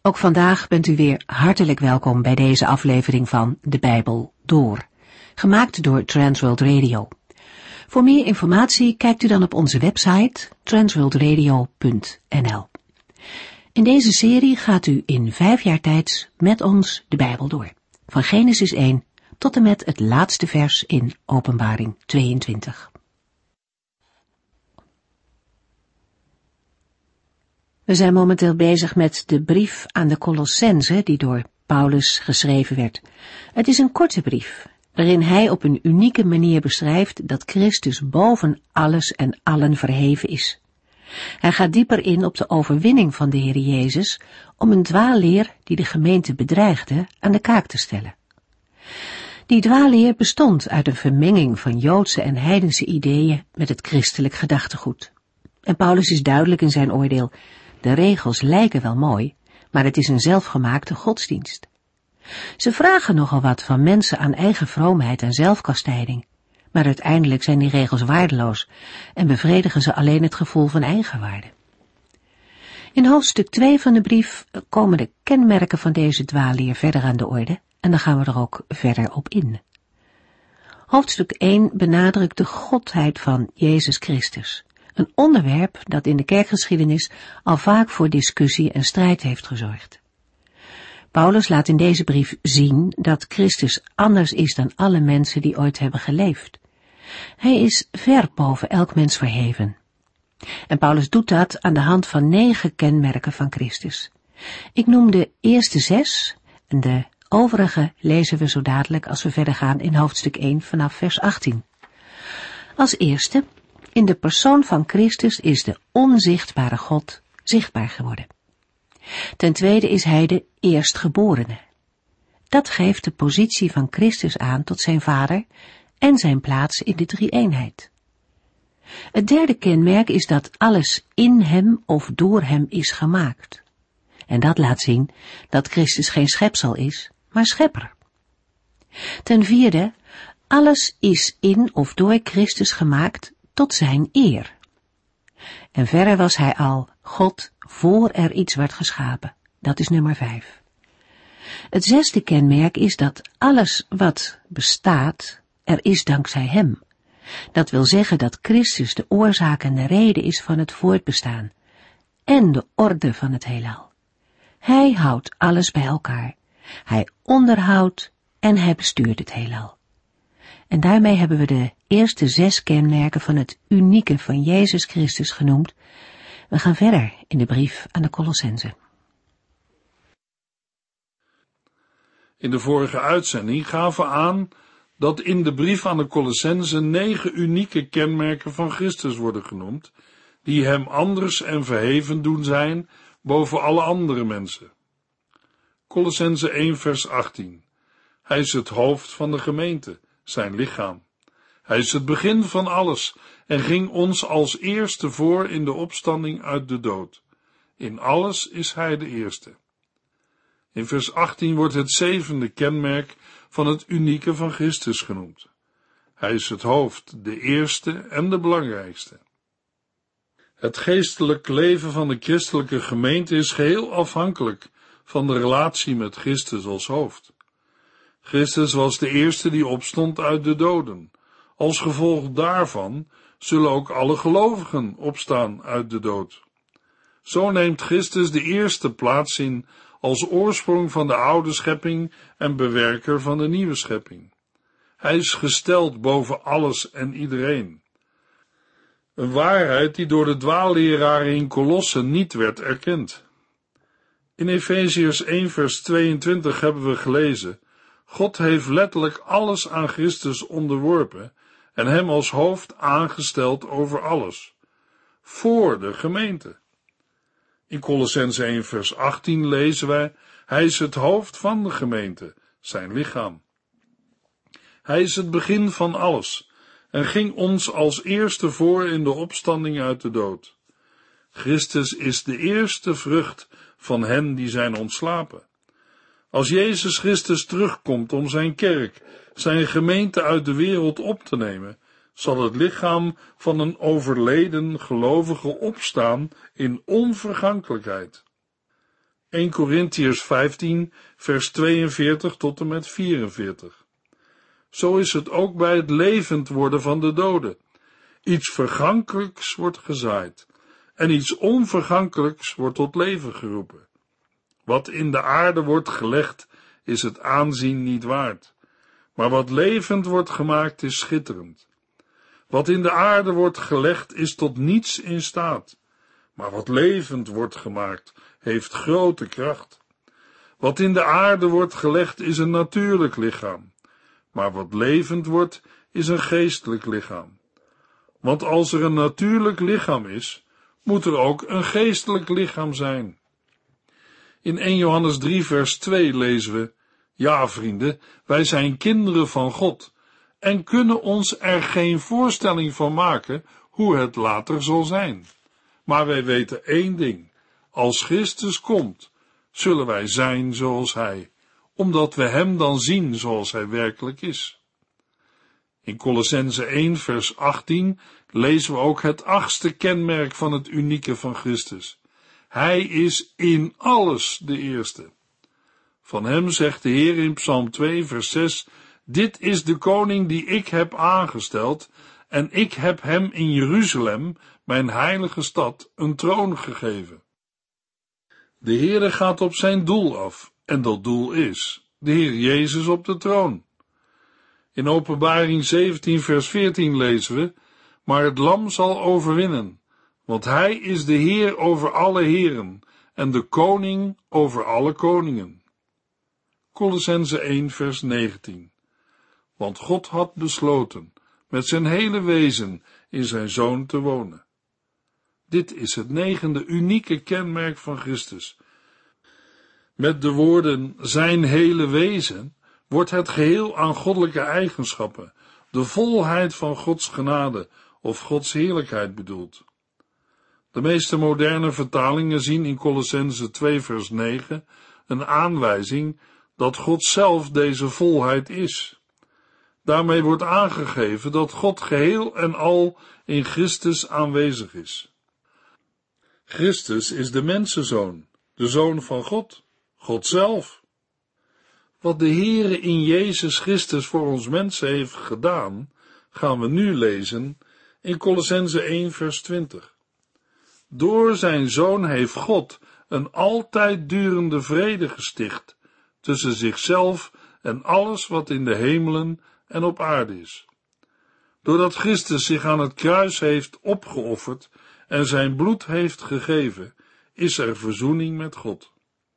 Ook vandaag bent u weer hartelijk welkom bij deze aflevering van De Bijbel Door, gemaakt door Transworld Radio. Voor meer informatie kijkt u dan op onze website transworldradio.nl. In deze serie gaat u in 5 jaar tijd met ons de Bijbel door, van Genesis 1 tot en met het laatste vers in Openbaring 22. We zijn momenteel bezig met de brief aan de Colossenzen die door Paulus geschreven werd. Het is een korte brief, waarin hij op een unieke manier beschrijft dat Christus boven alles en allen verheven is. Hij gaat dieper in op de overwinning van de Heer Jezus om een dwaalleer die de gemeente bedreigde aan de kaak te stellen. Die dwaalleer bestond uit een vermenging van Joodse en heidense ideeën met het christelijk gedachtegoed. En Paulus is duidelijk in zijn oordeel: de regels lijken wel mooi, maar het is een zelfgemaakte godsdienst. Ze vragen nogal wat van mensen aan eigen vroomheid en zelfkastijding, maar uiteindelijk zijn die regels waardeloos en bevredigen ze alleen het gevoel van eigenwaarde. In hoofdstuk 2 van de brief komen de kenmerken van deze dwaalleer verder aan de orde en dan gaan we er ook verder op in. Hoofdstuk 1 benadrukt de godheid van Jezus Christus, een onderwerp dat in de kerkgeschiedenis al vaak voor discussie en strijd heeft gezorgd. Paulus laat in deze brief zien dat Christus anders is dan alle mensen die ooit hebben geleefd. Hij is ver boven elk mens verheven. En Paulus doet dat aan de hand van 9 kenmerken van Christus. Ik noem de eerste 6 en de overige lezen we zo dadelijk als we verder gaan in hoofdstuk 1 vanaf vers 18. Als eerste: in de persoon van Christus is de onzichtbare God zichtbaar geworden. Ten tweede is hij de eerstgeborene. Dat geeft de positie van Christus aan tot zijn Vader en zijn plaats in de drie-eenheid. Het derde kenmerk is dat alles in hem of door hem is gemaakt. En dat laat zien dat Christus geen schepsel is, maar schepper. Ten vierde, alles is in of door Christus gemaakt tot zijn eer. En verder was hij al God voor er iets werd geschapen. Dat is nummer 5. Het zesde kenmerk is dat alles wat bestaat, er is dankzij hem. Dat wil zeggen dat Christus de oorzaak en de reden is van het voortbestaan en de orde van het heelal. Hij houdt alles bij elkaar. Hij onderhoudt en hij bestuurt het heelal. En daarmee hebben we de eerste 6 kenmerken van het unieke van Jezus Christus genoemd. We gaan verder in de brief aan de Colossenzen. In de vorige uitzending gaven we aan dat in de brief aan de Colossenzen 9 unieke kenmerken van Christus worden genoemd, die hem anders en verheven doen zijn boven alle andere mensen. Colossenzen 1 vers 18. Hij is het hoofd van de gemeente, zijn lichaam. Hij is het begin van alles en ging ons als eerste voor in de opstanding uit de dood. In alles is hij de eerste. In vers 18 wordt het 7e kenmerk van het unieke van Christus genoemd. Hij is het hoofd, de eerste en de belangrijkste. Het geestelijk leven van de christelijke gemeente is geheel afhankelijk van de relatie met Christus als hoofd. Christus was de eerste die opstond uit de doden. Als gevolg daarvan zullen ook alle gelovigen opstaan uit de dood. Zo neemt Christus de eerste plaats in als oorsprong van de oude schepping en bewerker van de nieuwe schepping. Hij is gesteld boven alles en iedereen. Een waarheid die door de dwaalleraren in Kolosse niet werd erkend. In Efeziërs 1 vers 22 hebben we gelezen: God heeft letterlijk alles aan Christus onderworpen en hem als hoofd aangesteld over alles. Voor de gemeente. In Colossenzen 1 vers 18 lezen wij: hij is het hoofd van de gemeente, zijn lichaam. Hij is het begin van alles en ging ons als eerste voor in de opstanding uit de dood. Christus is de eerste vrucht van hen die zijn ontslapen. Als Jezus Christus terugkomt om zijn kerk, zijn gemeente uit de wereld op te nemen, zal het lichaam van een overleden gelovige opstaan in onvergankelijkheid. 1 Korintiërs 15, vers 42 tot en met 44. Zo is het ook bij het levend worden van de doden. Iets vergankelijks wordt gezaaid en iets onvergankelijks wordt tot leven geroepen. Wat in de aarde wordt gelegd, is het aanzien niet waard, maar wat levend wordt gemaakt is schitterend. Wat in de aarde wordt gelegd is tot niets in staat, maar wat levend wordt gemaakt heeft grote kracht. Wat in de aarde wordt gelegd is een natuurlijk lichaam, maar wat levend wordt is een geestelijk lichaam. Want als er een natuurlijk lichaam is, moet er ook een geestelijk lichaam zijn. In 1 Johannes 3 vers 2 lezen we: ja, vrienden, wij zijn kinderen van God en kunnen ons er geen voorstelling van maken hoe het later zal zijn. Maar wij weten één ding: als Christus komt, zullen wij zijn zoals Hij, omdat we Hem dan zien zoals Hij werkelijk is. In Kolossenzen 1 vers 18 lezen we ook het 8e kenmerk van het unieke van Christus. Hij is in alles de eerste. Van Hem zegt de Heer in Psalm 2 vers 6: dit is de koning die ik heb aangesteld, en ik heb hem in Jeruzalem, mijn heilige stad, een troon gegeven. De Heere gaat op zijn doel af, en dat doel is de Heer Jezus op de troon. In Openbaring 17 vers 14 lezen we: maar het lam zal overwinnen, want hij is de Heer over alle heren en de koning over alle koningen. Kolossenzen 1 vers 19. Want God had besloten met zijn hele wezen in zijn Zoon te wonen. Dit is het 9e unieke kenmerk van Christus. Met de woorden zijn hele wezen wordt het geheel aan goddelijke eigenschappen, de volheid van Gods genade of Gods heerlijkheid bedoeld. De meeste moderne vertalingen zien in Kolossenzen 2 vers 9 een aanwijzing dat God zelf deze volheid is. Daarmee wordt aangegeven dat God geheel en al in Christus aanwezig is. Christus is de mensenzoon, de Zoon van God, God zelf. Wat de Heere in Jezus Christus voor ons mensen heeft gedaan, gaan we nu lezen in Kolossenzen 1 vers 20. Door zijn Zoon heeft God een altijd durende vrede gesticht tussen zichzelf en alles wat in de hemelen en op aarde is. Doordat Christus zich aan het kruis heeft opgeofferd en zijn bloed heeft gegeven, is er verzoening met God.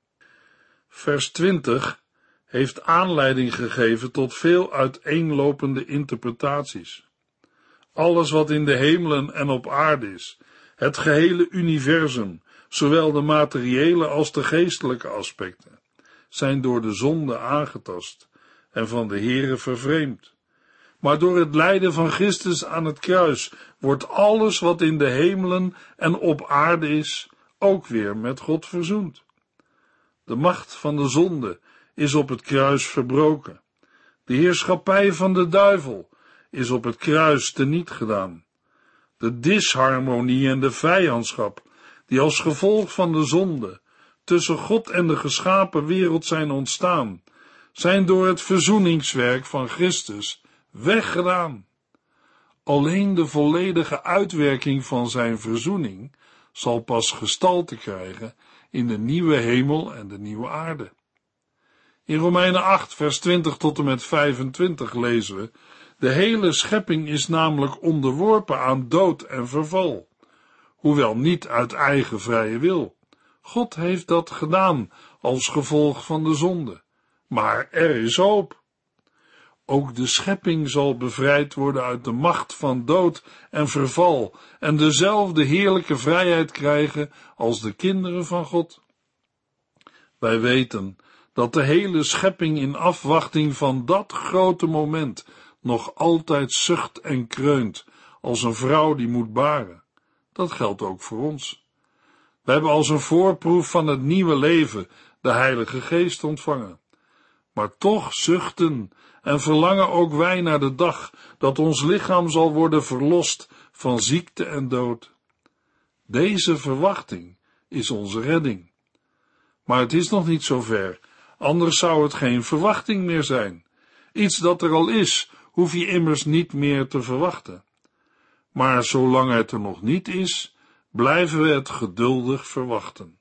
Vers 20 heeft aanleiding gegeven tot veel uiteenlopende interpretaties. Alles wat in de hemelen en op aarde is, het gehele universum, zowel de materiële als de geestelijke aspecten, zijn door de zonde aangetast en van de Heere vervreemd. Maar door het lijden van Christus aan het kruis wordt alles wat in de hemelen en op aarde is, ook weer met God verzoend. De macht van de zonde is op het kruis verbroken. De heerschappij van de duivel is op het kruis teniet gedaan. De disharmonie en de vijandschap, die als gevolg van de zonde tussen God en de geschapen wereld zijn ontstaan, zijn door het verzoeningswerk van Christus weggedaan. Alleen de volledige uitwerking van zijn verzoening zal pas gestalte krijgen in de nieuwe hemel en de nieuwe aarde. In Romeinen 8 vers 20 tot en met 25 lezen we: de hele schepping is namelijk onderworpen aan dood en verval, hoewel niet uit eigen vrije wil. God heeft dat gedaan als gevolg van de zonde, maar er is hoop. Ook de schepping zal bevrijd worden uit de macht van dood en verval en dezelfde heerlijke vrijheid krijgen als de kinderen van God. Wij weten dat de hele schepping in afwachting van dat grote moment nog altijd zucht en kreunt als een vrouw die moet baren. Dat geldt ook voor ons. We hebben als een voorproef van het nieuwe leven de Heilige Geest ontvangen. Maar toch zuchten en verlangen ook wij naar de dag dat ons lichaam zal worden verlost van ziekte en dood. Deze verwachting is onze redding. Maar het is nog niet zover, anders zou het geen verwachting meer zijn. Iets dat er al is, hoef je immers niet meer te verwachten. Maar zolang het er nog niet is, blijven we het geduldig verwachten.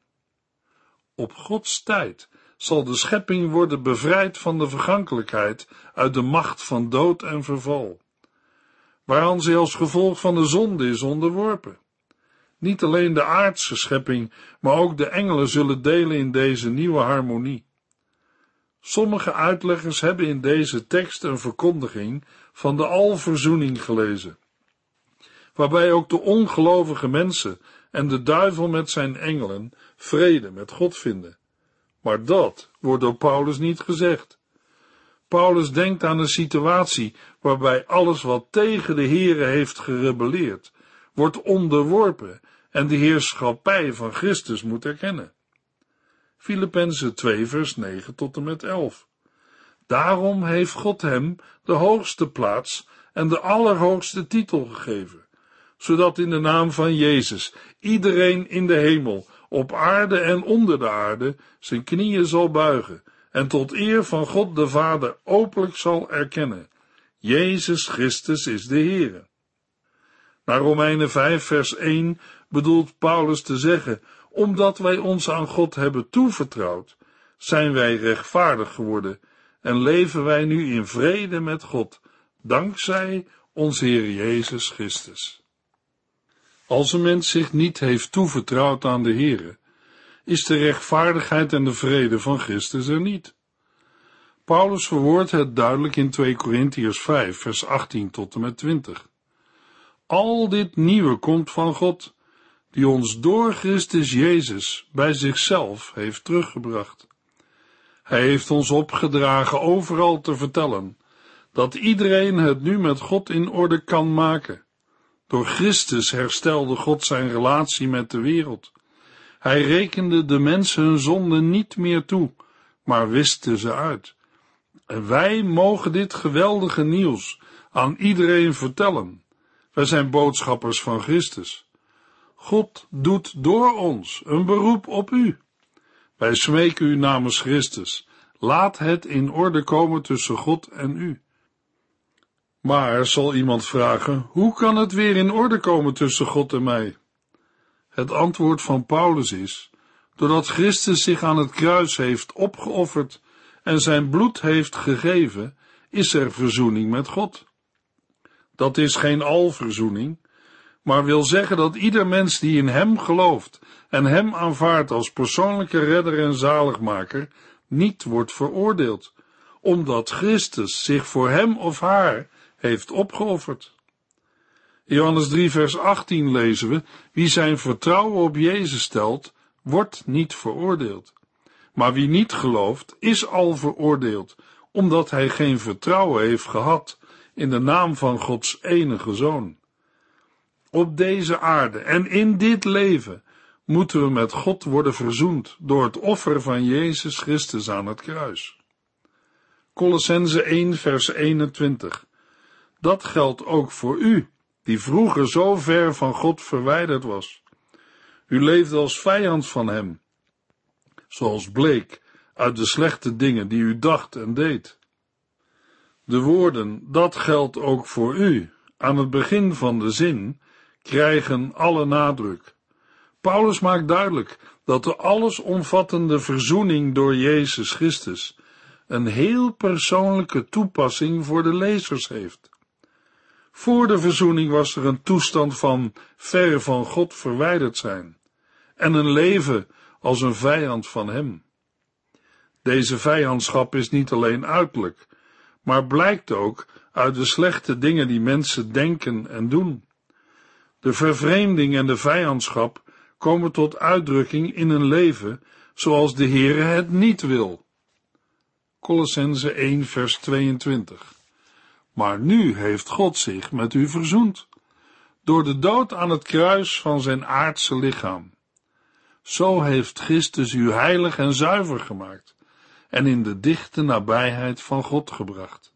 Op Gods tijd zal de schepping worden bevrijd van de vergankelijkheid uit de macht van dood en verval, waaraan zij als gevolg van de zonde is onderworpen. Niet alleen de aardse schepping, maar ook de engelen zullen delen in deze nieuwe harmonie. Sommige uitleggers hebben in deze tekst een verkondiging van de alverzoening gelezen, waarbij ook de ongelovige mensen en de duivel met zijn engelen vrede met God vinden. Maar dat wordt door Paulus niet gezegd. Paulus denkt aan een situatie waarbij alles wat tegen de Here heeft gerebelleerd, wordt onderworpen en de heerschappij van Christus moet erkennen. Filippenzen 2 vers 9 tot en met 11. Daarom heeft God hem de hoogste plaats en de allerhoogste titel gegeven, zodat in de naam van Jezus iedereen in de hemel, op aarde en onder de aarde zijn knieën zal buigen en tot eer van God de Vader openlijk zal erkennen: Jezus Christus is de Heere. Naar Romeinen 5 vers 1 bedoelt Paulus te zeggen: omdat wij ons aan God hebben toevertrouwd, zijn wij rechtvaardig geworden en leven wij nu in vrede met God, dankzij onze Heer Jezus Christus. Als een mens zich niet heeft toevertrouwd aan de Heere, is de rechtvaardigheid en de vrede van Christus er niet. Paulus verwoordt het duidelijk in 2 Korintiërs 5 vers 18 tot en met 20. Al dit nieuwe komt van God, die ons door Christus Jezus bij zichzelf heeft teruggebracht. Hij heeft ons opgedragen overal te vertellen dat iedereen het nu met God in orde kan maken. Door Christus herstelde God zijn relatie met de wereld. Hij rekende de mensen hun zonden niet meer toe, maar wiste ze uit. En wij mogen dit geweldige nieuws aan iedereen vertellen. Wij zijn boodschappers van Christus. God doet door ons een beroep op u. Wij smeken u namens Christus. Laat het in orde komen tussen God en u. Maar zal iemand vragen, hoe kan het weer in orde komen tussen God en mij? Het antwoord van Paulus is, doordat Christus zich aan het kruis heeft opgeofferd en zijn bloed heeft gegeven, is er verzoening met God. Dat is geen alverzoening, maar wil zeggen dat ieder mens die in hem gelooft en hem aanvaardt als persoonlijke redder en zaligmaker, niet wordt veroordeeld, omdat Christus zich voor hem of haar heeft opgeofferd. In Johannes 3 vers 18 lezen we: wie zijn vertrouwen op Jezus stelt, wordt niet veroordeeld. Maar wie niet gelooft, is al veroordeeld, omdat hij geen vertrouwen heeft gehad in de naam van Gods enige Zoon. Op deze aarde en in dit leven moeten we met God worden verzoend door het offer van Jezus Christus aan het kruis. Kolossenzen 1 vers 21. Dat geldt ook voor u, die vroeger zo ver van God verwijderd was. U leefde als vijand van hem, zoals bleek uit de slechte dingen die u dacht en deed. De woorden, dat geldt ook voor u, aan het begin van de zin, krijgen alle nadruk. Paulus maakt duidelijk dat de allesomvattende verzoening door Jezus Christus een heel persoonlijke toepassing voor de lezers heeft. Voor de verzoening was er een toestand van ver van God verwijderd zijn en een leven als een vijand van hem. Deze vijandschap is niet alleen uiterlijk, maar blijkt ook uit de slechte dingen die mensen denken en doen. De vervreemding en de vijandschap komen tot uitdrukking in een leven zoals de Heere het niet wil. Kolossenzen 1 vers 22. Maar nu heeft God zich met u verzoend, door de dood aan het kruis van zijn aardse lichaam. Zo heeft Christus u heilig en zuiver gemaakt en in de dichte nabijheid van God gebracht.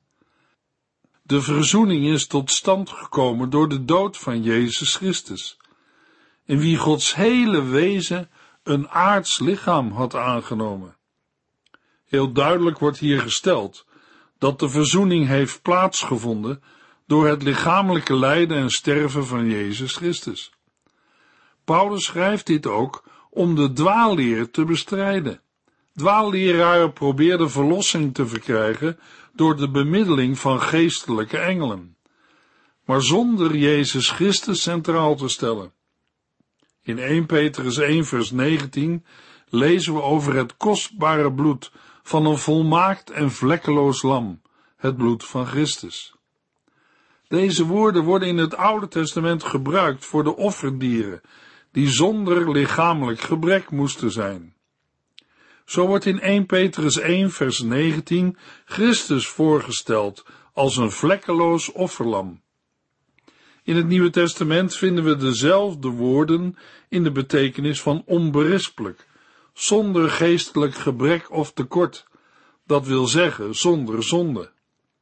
De verzoening is tot stand gekomen door de dood van Jezus Christus, in wie Gods hele wezen een aards lichaam had aangenomen. Heel duidelijk wordt hier gesteld dat de verzoening heeft plaatsgevonden door het lichamelijke lijden en sterven van Jezus Christus. Paulus schrijft dit ook om de dwaalleer te bestrijden. Dwaalleraren probeerden verlossing te verkrijgen door de bemiddeling van geestelijke engelen, maar zonder Jezus Christus centraal te stellen. In 1 Petrus 1 vers 19 lezen we over het kostbare bloed van een volmaakt en vlekkeloos lam, het bloed van Christus. Deze woorden worden in het Oude Testament gebruikt voor de offerdieren, die zonder lichamelijk gebrek moesten zijn. Zo wordt in 1 Petrus 1 vers 19 Christus voorgesteld als een vlekkeloos offerlam. In het Nieuwe Testament vinden we dezelfde woorden in de betekenis van onberispelijk, zonder geestelijk gebrek of tekort, dat wil zeggen zonder zonde.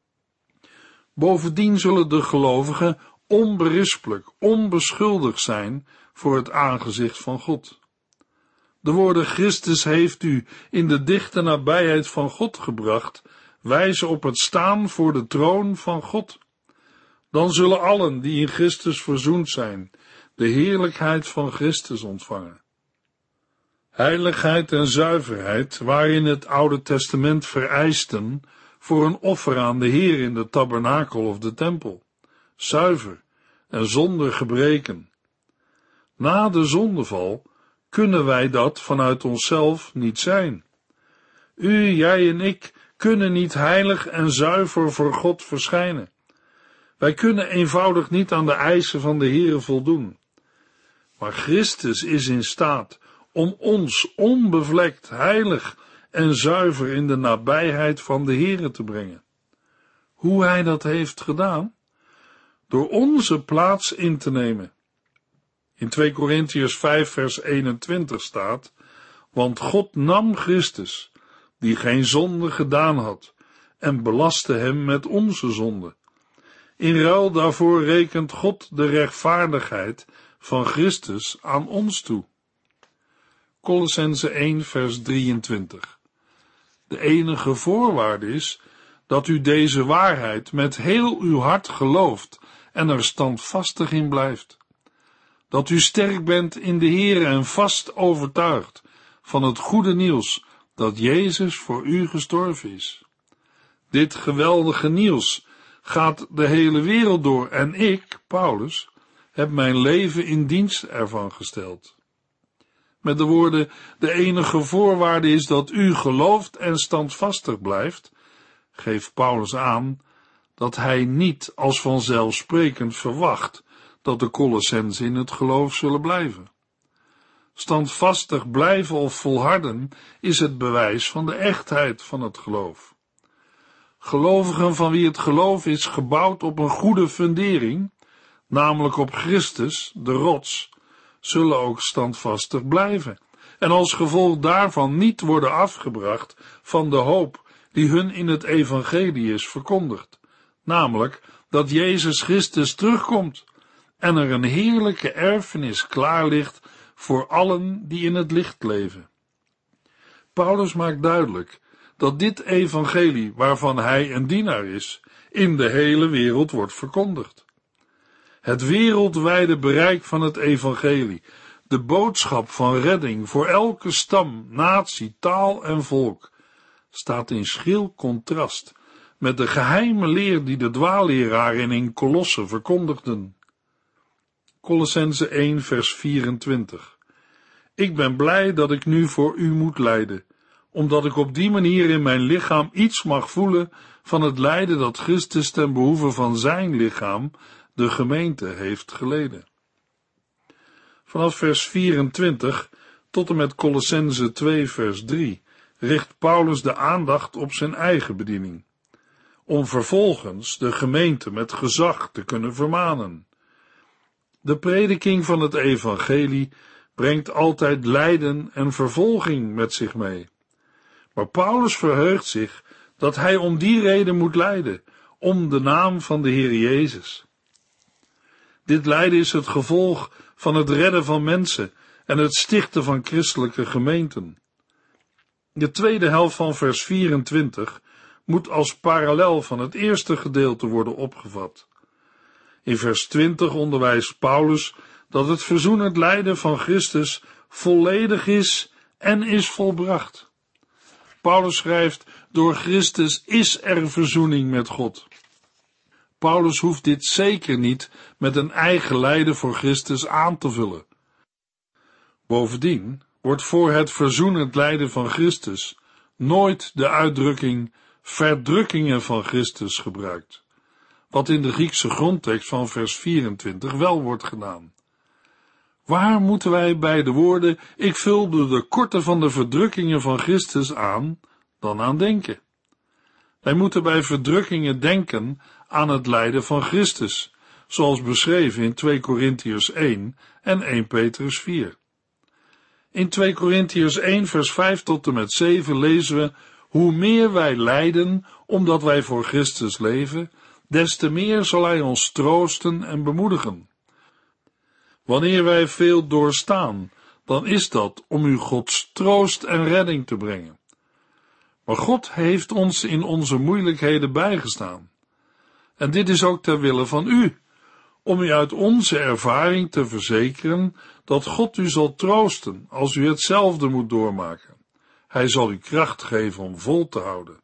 Bovendien zullen de gelovigen onberispelijk, onbeschuldigd zijn voor het aangezicht van God. De woorden Christus heeft u in de dichte nabijheid van God gebracht, wijzen op het staan voor de troon van God. Dan zullen allen die in Christus verzoend zijn, de heerlijkheid van Christus ontvangen. Heiligheid en zuiverheid waren in het Oude Testament vereisten voor een offer aan de Heer in de tabernakel of de tempel, zuiver en zonder gebreken. Na de zondeval kunnen wij dat vanuit onszelf niet zijn. U, jij en ik kunnen niet heilig en zuiver voor God verschijnen. Wij kunnen eenvoudig niet aan de eisen van de Heere voldoen. Maar Christus is in staat om ons onbevlekt, heilig en zuiver in de nabijheid van de Heere te brengen. Hoe hij dat heeft gedaan? Door onze plaats in te nemen. In 2 Korintiërs 5 vers 21 staat, want God nam Christus, die geen zonde gedaan had, en belastte hem met onze zonde. In ruil daarvoor rekent God de rechtvaardigheid van Christus aan ons toe. Kolossenzen 1 vers 23. De enige voorwaarde is dat u deze waarheid met heel uw hart gelooft en er standvastig in blijft. Dat u sterk bent in de Heere en vast overtuigd van het goede nieuws dat Jezus voor u gestorven is. Dit geweldige nieuws gaat de hele wereld door en ik, Paulus, heb mijn leven in dienst ervan gesteld. Met de woorden, de enige voorwaarde is dat u gelooft en standvastig blijft, geeft Paulus aan dat hij niet als vanzelfsprekend verwacht dat de Kolossenzen in het geloof zullen blijven. Standvastig blijven of volharden is het bewijs van de echtheid van het geloof. Gelovigen van wie het geloof is gebouwd op een goede fundering, namelijk op Christus, de rots, zullen ook standvastig blijven en als gevolg daarvan niet worden afgebracht van de hoop die hun in het evangelie is verkondigd, namelijk dat Jezus Christus terugkomt en er een heerlijke erfenis klaar ligt voor allen die in het licht leven. Paulus maakt duidelijk dat dit evangelie, waarvan hij een dienaar is, in de hele wereld wordt verkondigd. Het wereldwijde bereik van het evangelie, de boodschap van redding voor elke stam, natie, taal en volk, staat in schril contrast met de geheime leer die de dwaalleraren in Kolosse verkondigden. Kolossenzen 1 vers 24. Ik ben blij dat ik nu voor u moet lijden, omdat ik op die manier in mijn lichaam iets mag voelen van het lijden dat Christus ten behoeve van zijn lichaam, de gemeente, heeft geleden. Vanaf vers 24 tot en met Kolossenzen 2 vers 3 richt Paulus de aandacht op zijn eigen bediening, om vervolgens de gemeente met gezag te kunnen vermanen. De prediking van het evangelie brengt altijd lijden en vervolging met zich mee. Maar Paulus verheugt zich dat hij om die reden moet lijden, om de naam van de Heer Jezus. Dit lijden is het gevolg van het redden van mensen en het stichten van christelijke gemeenten. De tweede helft van vers 24 moet als parallel van het eerste gedeelte worden opgevat. In vers 20 onderwijst Paulus dat het verzoenend lijden van Christus volledig is en is volbracht. Paulus schrijft, door Christus is er verzoening met God. Paulus hoeft dit zeker niet met een eigen lijden voor Christus aan te vullen. Bovendien wordt voor het verzoenend lijden van Christus nooit de uitdrukking verdrukkingen van Christus gebruikt, wat in de Griekse grondtekst van vers 24 wel wordt gedaan. Waar moeten wij bij de woorden, ik vulde de korte van de verdrukkingen van Christus aan, dan aan denken? Wij moeten bij verdrukkingen denken aan het lijden van Christus, zoals beschreven in 2 Korintiërs 1 en 1 Petrus 4. In 2 Korintiërs 1 vers 5 tot en met 7 lezen we, hoe meer wij lijden, omdat wij voor Christus leven, des te meer zal hij ons troosten en bemoedigen. Wanneer wij veel doorstaan, dan is dat om u Gods troost en redding te brengen. Maar God heeft ons in onze moeilijkheden bijgestaan. En dit is ook ter wille van u, om u uit onze ervaring te verzekeren dat God u zal troosten als u hetzelfde moet doormaken. Hij zal u kracht geven om vol te houden.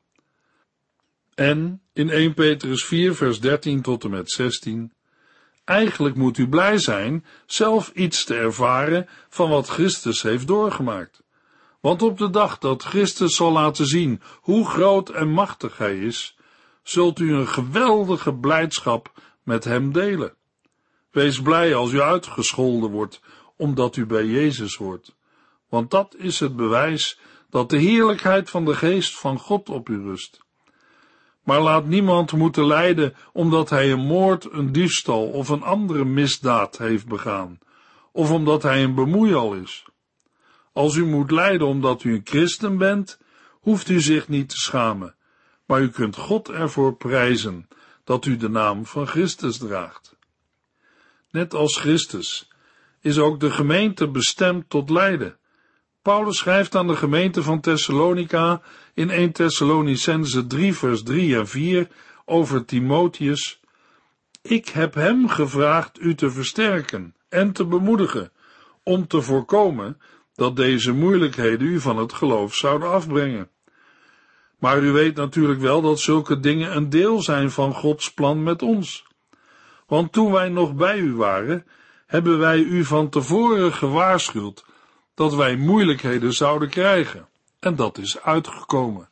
En in 1 Petrus 4 vers 13 tot en met 16, eigenlijk moet u blij zijn zelf iets te ervaren van wat Christus heeft doorgemaakt. Want op de dag dat Christus zal laten zien hoe groot en machtig hij is, zult u een geweldige blijdschap met hem delen. Wees blij als u uitgescholden wordt, omdat u bij Jezus hoort. Want dat is het bewijs dat de heerlijkheid van de geest van God op u rust. Maar laat niemand moeten lijden omdat hij een moord, een diefstal of een andere misdaad heeft begaan, of omdat hij een bemoeial is. Als u moet lijden omdat u een christen bent, hoeft u zich niet te schamen, maar u kunt God ervoor prijzen dat u de naam van Christus draagt. Net als Christus is ook de gemeente bestemd tot lijden. Paulus schrijft aan de gemeente van Thessalonica in 1 Thessalonicenzen 3 vers 3 en 4 over Timotheus: ik heb hem gevraagd u te versterken en te bemoedigen, om te voorkomen dat deze moeilijkheden u van het geloof zouden afbrengen. Maar u weet natuurlijk wel dat zulke dingen een deel zijn van Gods plan met ons. Want toen wij nog bij u waren, hebben wij u van tevoren gewaarschuwd dat wij moeilijkheden zouden krijgen. En dat is uitgekomen.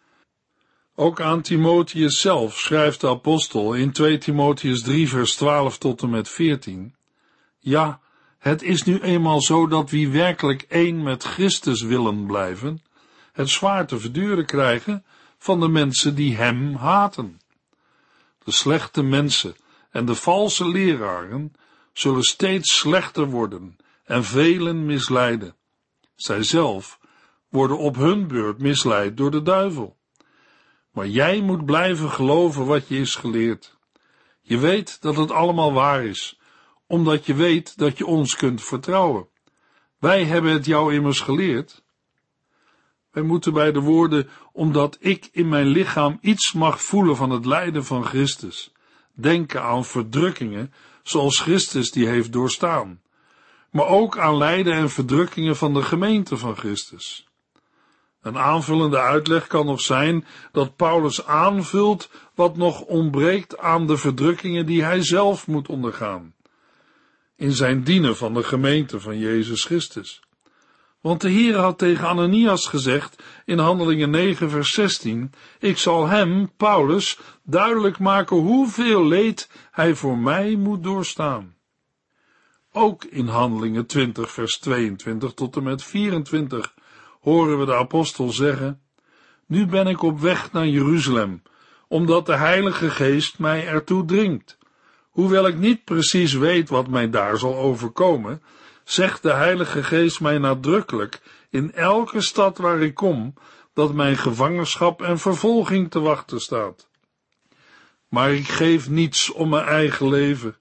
Ook aan Timotheus zelf schrijft de apostel in 2 Timotheus 3 vers 12 tot en met 14. Ja, het is nu eenmaal zo dat wie werkelijk één met Christus willen blijven, het zwaar te verduren krijgen van de mensen die hem haten. De slechte mensen en de valse leraren zullen steeds slechter worden en velen misleiden. Zij zelf worden op hun beurt misleid door de duivel. Maar jij moet blijven geloven wat je is geleerd. Je weet dat het allemaal waar is, omdat je weet dat je ons kunt vertrouwen. Wij hebben het jou immers geleerd. Wij moeten bij de woorden, omdat ik in mijn lichaam iets mag voelen van het lijden van Christus, denken aan verdrukkingen, zoals Christus die heeft doorstaan, maar ook aan lijden en verdrukkingen van de gemeente van Christus. Een aanvullende uitleg kan nog zijn dat Paulus aanvult wat nog ontbreekt aan de verdrukkingen die hij zelf moet ondergaan, in zijn dienen van de gemeente van Jezus Christus. Want de Heer had tegen Ananias gezegd in Handelingen 9 vers 16, ik zal hem, Paulus, duidelijk maken hoeveel leed hij voor mij moet doorstaan. Ook in Handelingen 20 vers 22 tot en met 24 horen we de apostel zeggen, nu ben ik op weg naar Jeruzalem, omdat de Heilige Geest mij ertoe dringt. Hoewel ik niet precies weet wat mij daar zal overkomen, zegt de Heilige Geest mij nadrukkelijk in elke stad waar ik kom, dat mijn gevangenschap en vervolging te wachten staat. Maar ik geef niets om mijn eigen leven.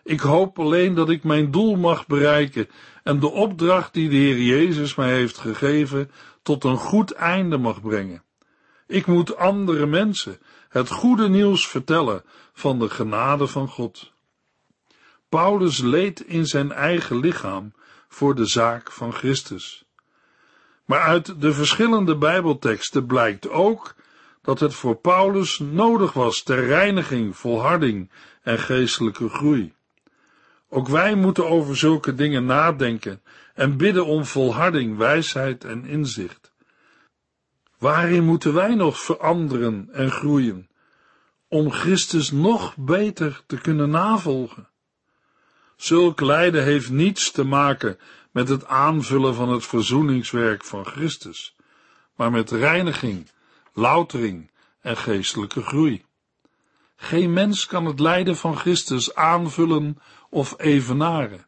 Ik hoop alleen dat ik mijn doel mag bereiken en de opdracht die de Heer Jezus mij heeft gegeven tot een goed einde mag brengen. Ik moet andere mensen het goede nieuws vertellen van de genade van God. Paulus leed in zijn eigen lichaam voor de zaak van Christus. Maar uit de verschillende Bijbelteksten blijkt ook dat het voor Paulus nodig was ter reiniging, volharding en geestelijke groei. Ook wij moeten over zulke dingen nadenken en bidden om volharding, wijsheid en inzicht. Waarin moeten wij nog veranderen en groeien, om Christus nog beter te kunnen navolgen? Zulk lijden heeft niets te maken met het aanvullen van het verzoeningswerk van Christus, maar met reiniging, loutering en geestelijke groei. Geen mens kan het lijden van Christus aanvullen of evenaren.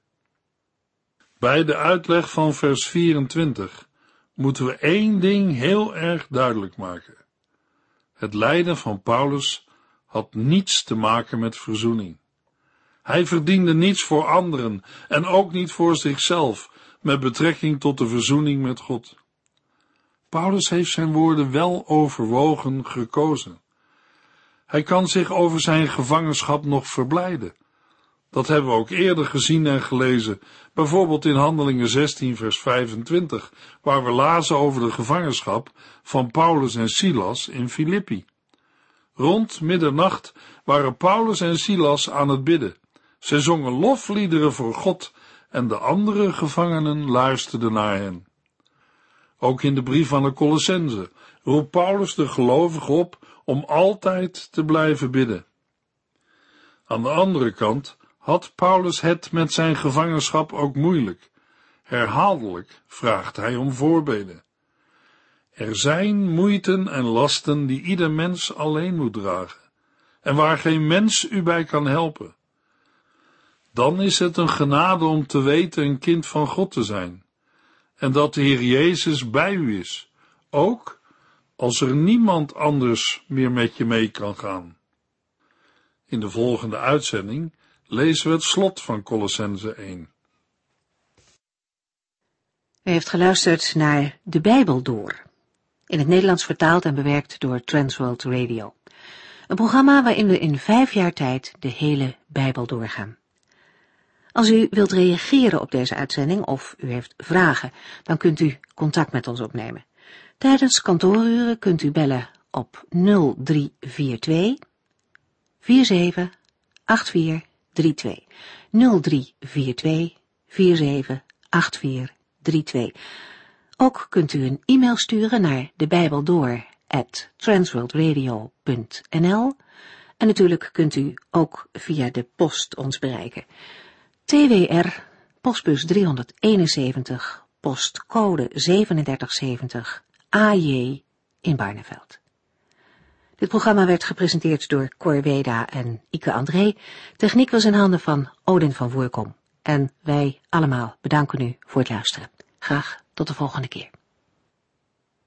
Bij de uitleg van vers 24 moeten we één ding heel erg duidelijk maken. Het lijden van Paulus had niets te maken met verzoening. Hij verdiende niets voor anderen en ook niet voor zichzelf met betrekking tot de verzoening met God. Paulus heeft zijn woorden wel overwogen gekozen. Hij kan zich over zijn gevangenschap nog verblijden. Dat hebben we ook eerder gezien en gelezen, bijvoorbeeld in Handelingen 16 vers 25, waar we lazen over de gevangenschap van Paulus en Silas in Filippi. Rond middernacht waren Paulus en Silas aan het bidden. Zij zongen lofliederen voor God en de andere gevangenen luisterden naar hen. Ook in de brief aan de Colossenzen roept Paulus de gelovigen op om altijd te blijven bidden. Aan de andere kant had Paulus het met zijn gevangenschap ook moeilijk. Herhaaldelijk vraagt hij om voorbeden. Er zijn moeiten en lasten die ieder mens alleen moet dragen, en waar geen mens u bij kan helpen. Dan is het een genade om te weten een kind van God te zijn, en dat de Heer Jezus bij u is, ook als er niemand anders meer met je mee kan gaan. In de volgende uitzending lezen we het slot van Colossenzen 1. U heeft geluisterd naar De Bijbel Door, in het Nederlands vertaald en bewerkt door Transworld Radio. Een programma waarin we in 5 jaar tijd de hele Bijbel doorgaan. Als u wilt reageren op deze uitzending of u heeft vragen, dan kunt u contact met ons opnemen. Tijdens kantooruren kunt u bellen op 0342 478432. 0342 478432. Ook kunt u een e-mail sturen naar debijbeldoor@transworldradio.nl en natuurlijk kunt u ook via de post ons bereiken. TWR, postbus 371, postcode 3770, AJ in Barneveld. Dit programma werd gepresenteerd door Cor Weda en Ike André. Techniek was in handen van Odin van Voorkom. En wij allemaal bedanken u voor het luisteren. Graag tot de volgende keer.